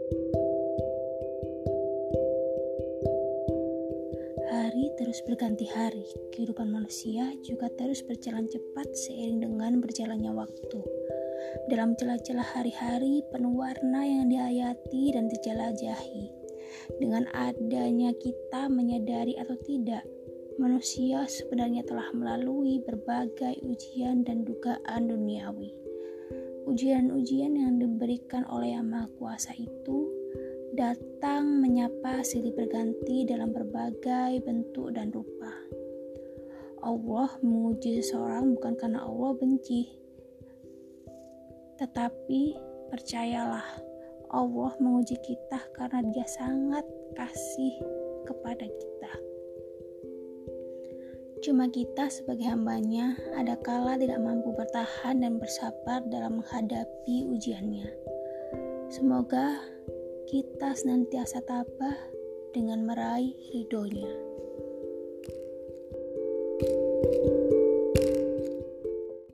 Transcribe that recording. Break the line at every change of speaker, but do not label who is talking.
Hari terus berganti hari, kehidupan manusia juga terus berjalan cepat seiring dengan berjalannya waktu. Dalam celah-celah hari-hari penuh warna yang dihayati dan dijelajahi. Dengan adanya kita menyadari atau tidak, manusia sebenarnya telah melalui berbagai ujian dan dugaan duniawi. Ujian-ujian yang diberikan oleh Yang Maha Kuasa itu datang menyapa silih berganti dalam berbagai bentuk dan rupa. Allah menguji seseorang bukan karena Allah benci, tetapi percayalah, Allah menguji kita karena Dia sangat kasih kepada kita. Cuma kita sebagai hambanya ada kala tidak mampu bertahan dan bersabar dalam menghadapi ujiannya. Semoga kita senantiasa tabah dengan meraih ridhonya.